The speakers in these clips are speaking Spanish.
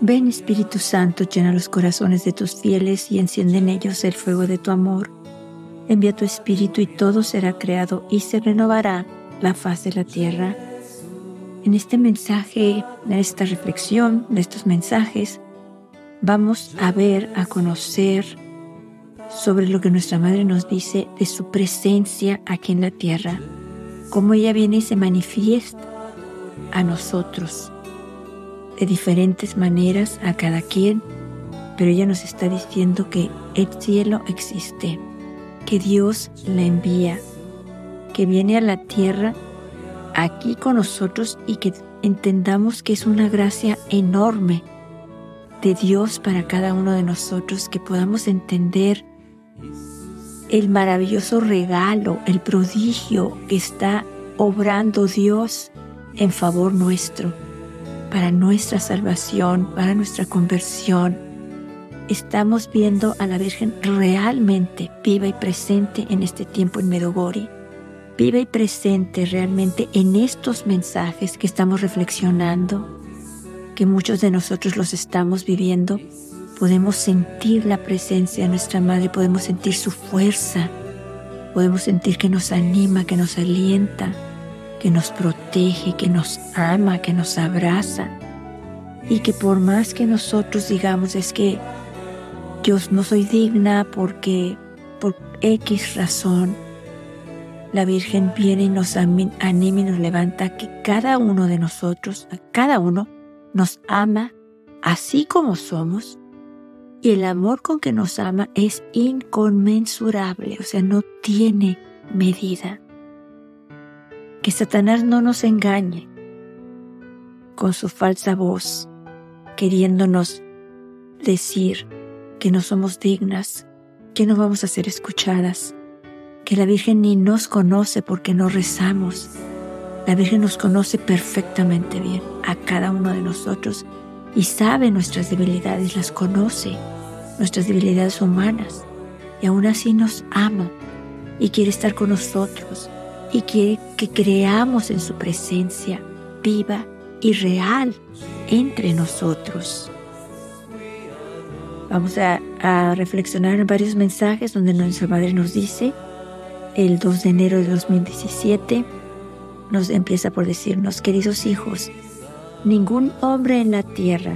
Ven, Espíritu Santo, llena los corazones de tus fieles y enciende en ellos el fuego de tu amor. Envía tu Espíritu y todo será creado y se renovará la faz de la tierra. En este mensaje, en esta reflexión de estos mensajes, vamos a ver, a conocer sobre lo que nuestra Madre nos dice de su presencia aquí en la tierra, cómo ella viene y se manifiesta a nosotros de diferentes maneras, a cada quien, pero ella nos está diciendo que el cielo existe, que Dios la envía, que viene a la tierra aquí con nosotros y que entendamos que es una gracia enorme de Dios para cada uno de nosotros, que podamos entender el maravilloso regalo, el prodigio que está obrando Dios en favor nuestro, para nuestra salvación, para nuestra conversión. Estamos viendo a la Virgen realmente viva y presente en este tiempo en Medjugorje, viva y presente realmente en estos mensajes que estamos reflexionando, que muchos de nosotros los estamos viviendo. Podemos sentir la presencia de nuestra Madre, podemos sentir su fuerza, podemos sentir que nos anima, que nos alienta, que nos protege, que nos ama, que nos abraza, y que por más que nosotros digamos es que yo no soy digna porque por X razón, la Virgen viene y nos anima y nos levanta, que cada uno de nosotros, a cada uno, nos ama así como somos, y el amor con que nos ama es inconmensurable, o sea, no tiene medida. Que Satanás no nos engañe con su falsa voz, queriéndonos decir que no somos dignas, que no vamos a ser escuchadas, que la Virgen ni nos conoce porque no rezamos. La Virgen nos conoce perfectamente bien, a cada uno de nosotros, y sabe nuestras debilidades, las conoce, nuestras debilidades humanas, y aún así nos ama y quiere estar con nosotros, y quiere que creamos en su presencia viva y real entre nosotros. Vamos a reflexionar en varios mensajes donde nuestra Madre nos dice, el 2 de enero de 2017, nos empieza por decirnos: queridos hijos, ningún hombre en la tierra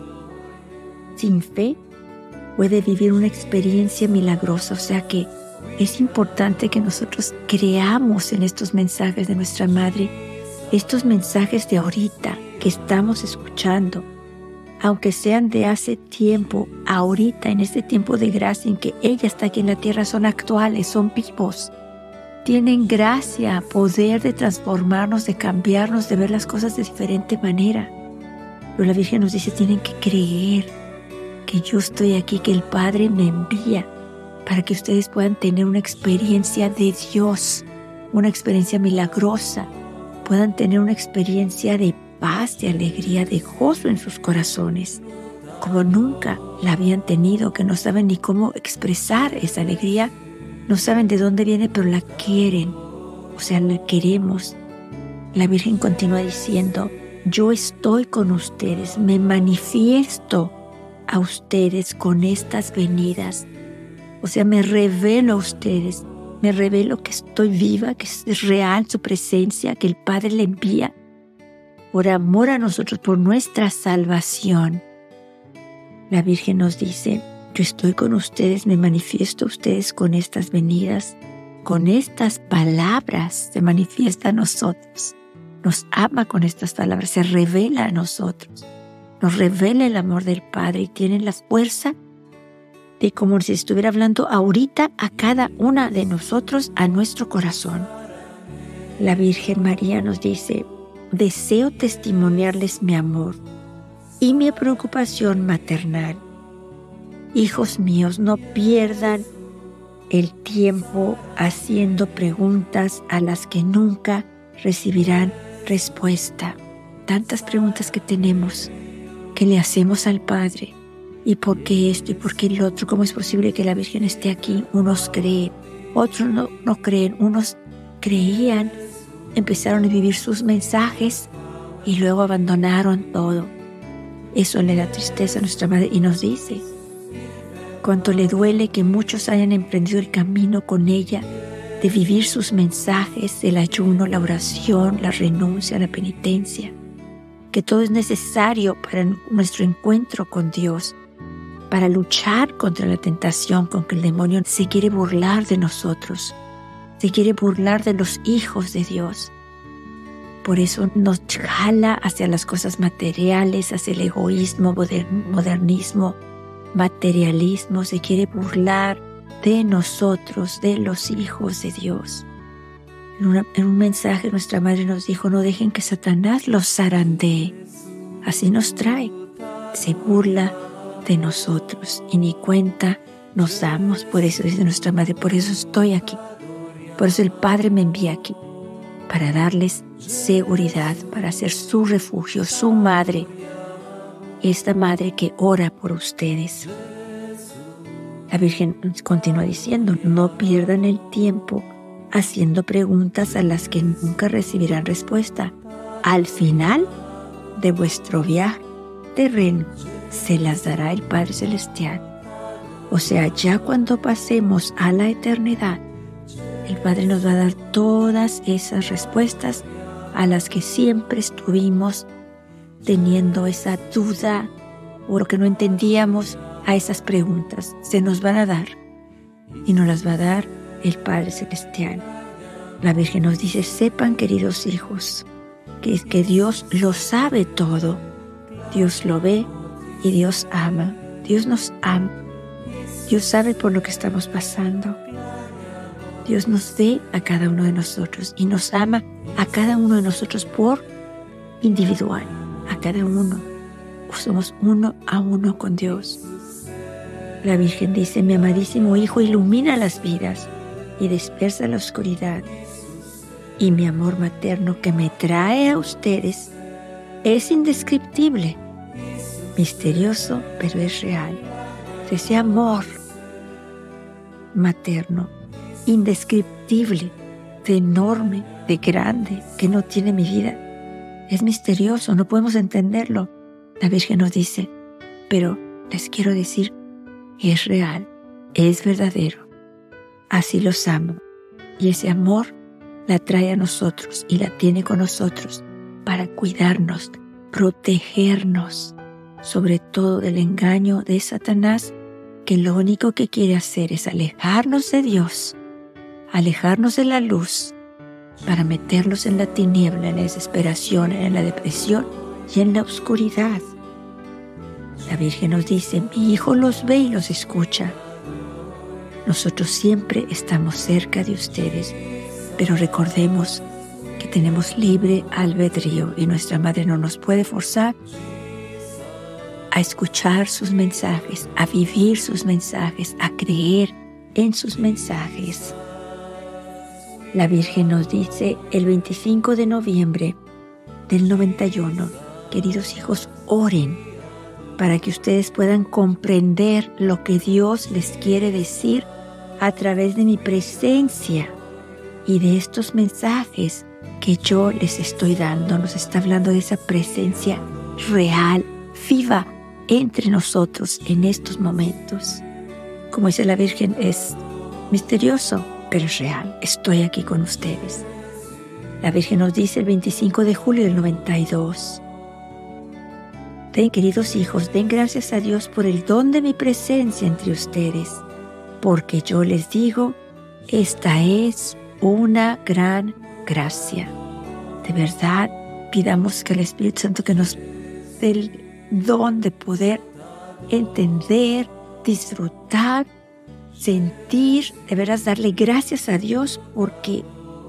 sin fe puede vivir una experiencia milagrosa. O sea que es importante que nosotros creamos en estos mensajes de nuestra Madre, estos mensajes de ahorita que estamos escuchando, aunque sean de hace tiempo, ahorita en este tiempo de gracia en que ella está aquí en la tierra, son actuales, son vivos, tienen gracia, poder de transformarnos, de cambiarnos, de ver las cosas de diferente manera. Pero la Virgen nos dice: tienen que creer que yo estoy aquí, que el Padre me envía, para que ustedes puedan tener una experiencia de Dios, una experiencia milagrosa, puedan tener una experiencia de paz, de alegría, de gozo en sus corazones, como nunca la habían tenido, que no saben ni cómo expresar esa alegría, no saben de dónde viene, pero la quieren, o sea, la queremos. La Virgen continúa diciendo: yo estoy con ustedes, me manifiesto a ustedes con estas venidas. O sea, me revelo a ustedes, me revelo que estoy viva, que es real su presencia, que el Padre le envía por amor a nosotros, por nuestra salvación. La Virgen nos dice: yo estoy con ustedes, me manifiesto a ustedes con estas venidas, con estas palabras, se manifiesta a nosotros, nos ama con estas palabras, se revela a nosotros, nos revela el amor del Padre y tiene la fuerza de como si estuviera hablando ahorita a cada una de nosotros, a nuestro corazón. La Virgen María nos dice: deseo testimoniarles mi amor y mi preocupación maternal. Hijos míos, no pierdan el tiempo haciendo preguntas a las que nunca recibirán respuesta. Tantas preguntas que tenemos, que le hacemos al Padre. ¿Y por qué esto? ¿Y por qué el otro? ¿Cómo es posible que la Virgen esté aquí? Unos creen, otros no creen. Unos creían, empezaron a vivir sus mensajes y luego abandonaron todo. Eso le da tristeza a nuestra madre y nos dice cuánto le duele que muchos hayan emprendido el camino con ella de vivir sus mensajes, el ayuno, la oración, la renuncia, la penitencia, que todo es necesario para nuestro encuentro con Dios, para luchar contra la tentación con que el demonio se quiere burlar de nosotros, se quiere burlar de los hijos de Dios. Por eso nos jala hacia las cosas materiales, hacia el egoísmo, modernismo, materialismo, se quiere burlar de nosotros, de los hijos de Dios. En un mensaje nuestra madre nos dijo, no dejen que Satanás los zarandee. Así nos trae, se burla de nosotros y ni cuenta nos damos. Por eso dice nuestra madre, por eso estoy aquí, por eso el Padre me envía aquí, para darles seguridad, para ser su refugio, su madre, esta madre que ora por ustedes. La Virgen continúa diciendo, no pierdan el tiempo haciendo preguntas a las que nunca recibirán respuesta. Al final de vuestro viaje terreno se las dará el Padre Celestial. O sea, ya cuando pasemos a la eternidad, el Padre nos va a dar todas esas respuestas a las que siempre estuvimos teniendo esa duda o lo que no entendíamos. A esas preguntas se nos van a dar y nos las va a dar el Padre Celestial. La Virgen nos dice, sepan, queridos hijos, que Dios lo sabe todo. Dios lo ve y Dios ama. Dios nos ama. Dios sabe por lo que estamos pasando. Dios nos ve a cada uno de nosotros y nos ama a cada uno de nosotros por individual, a cada uno. Somos uno a uno con Dios. La Virgen dice, mi amadísimo Hijo ilumina las vidas y dispersa la oscuridad. Y mi amor materno que me trae a ustedes es indescriptible, misterioso, pero es real. Ese amor materno, indescriptible, de enorme, de grande, que no tiene medida. Es misterioso, no podemos entenderlo. La Virgen nos dice, pero les quiero decir, es real, es verdadero. Así los amo. Y ese amor la trae a nosotros y la tiene con nosotros para cuidarnos, protegernos, sobre todo del engaño de Satanás, que lo único que quiere hacer es alejarnos de Dios, alejarnos de la luz, para meternos en la tiniebla, en la desesperación, en la depresión y en la oscuridad. La Virgen nos dice, mi Hijo los ve y los escucha. Nosotros siempre estamos cerca de ustedes, pero recordemos que tenemos libre albedrío y nuestra Madre no nos puede forzar a escuchar sus mensajes, a vivir sus mensajes, a creer en sus mensajes. La Virgen nos dice el 25 de noviembre del 91, queridos hijos, oren para que ustedes puedan comprender lo que Dios les quiere decir a través de mi presencia y de estos mensajes que yo les estoy dando. Nos está hablando de esa presencia real, viva entre nosotros en estos momentos. Como dice la Virgen, es misterioso, pero es real. Estoy aquí con ustedes. La Virgen nos dice el 25 de julio del 92. Queridos hijos, den gracias a Dios por el don de mi presencia entre ustedes, porque yo les digo, esta es una gran gracia. De verdad, pidamos que el Espíritu Santo que nos dé el don de poder entender, disfrutar, sentir, de veras darle gracias a Dios porque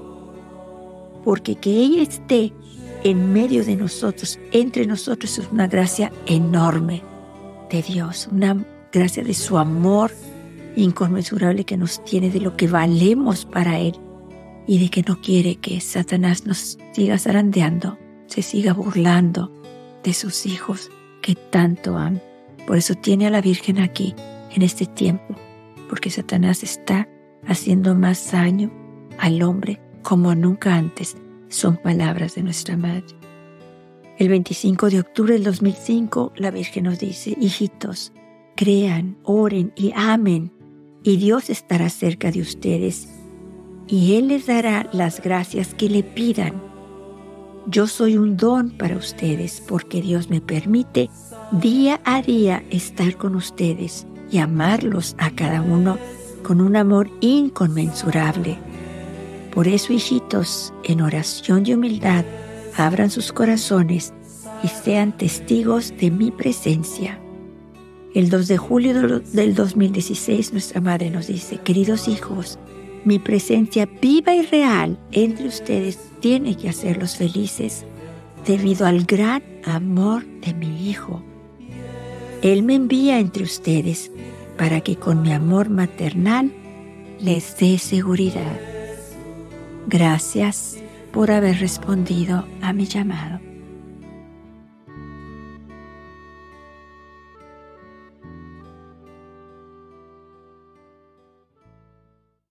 que ella esté en medio de nosotros, entre nosotros, es una gracia enorme de Dios, una gracia de su amor inconmensurable que nos tiene, de lo que valemos para Él y de que no quiere que Satanás nos siga zarandeando, se siga burlando de sus hijos que tanto aman. Por eso tiene a la Virgen aquí en este tiempo, porque Satanás está haciendo más daño al hombre como nunca antes. Son palabras de nuestra Madre. El 25 de octubre del 2005, la Virgen nos dice: hijitos, crean, oren y amen, y Dios estará cerca de ustedes, y Él les dará las gracias que le pidan. Yo soy un don para ustedes, porque Dios me permite día a día estar con ustedes y amarlos a cada uno con un amor inconmensurable. Por eso, hijitos, en oración y humildad, abran sus corazones y sean testigos de mi presencia. El 2 de julio del 2016, nuestra Madre nos dice: queridos hijos, mi presencia viva y real entre ustedes tiene que hacerlos felices debido al gran amor de mi Hijo. Él me envía entre ustedes para que con mi amor maternal les dé seguridad. Gracias por haber respondido a mi llamado.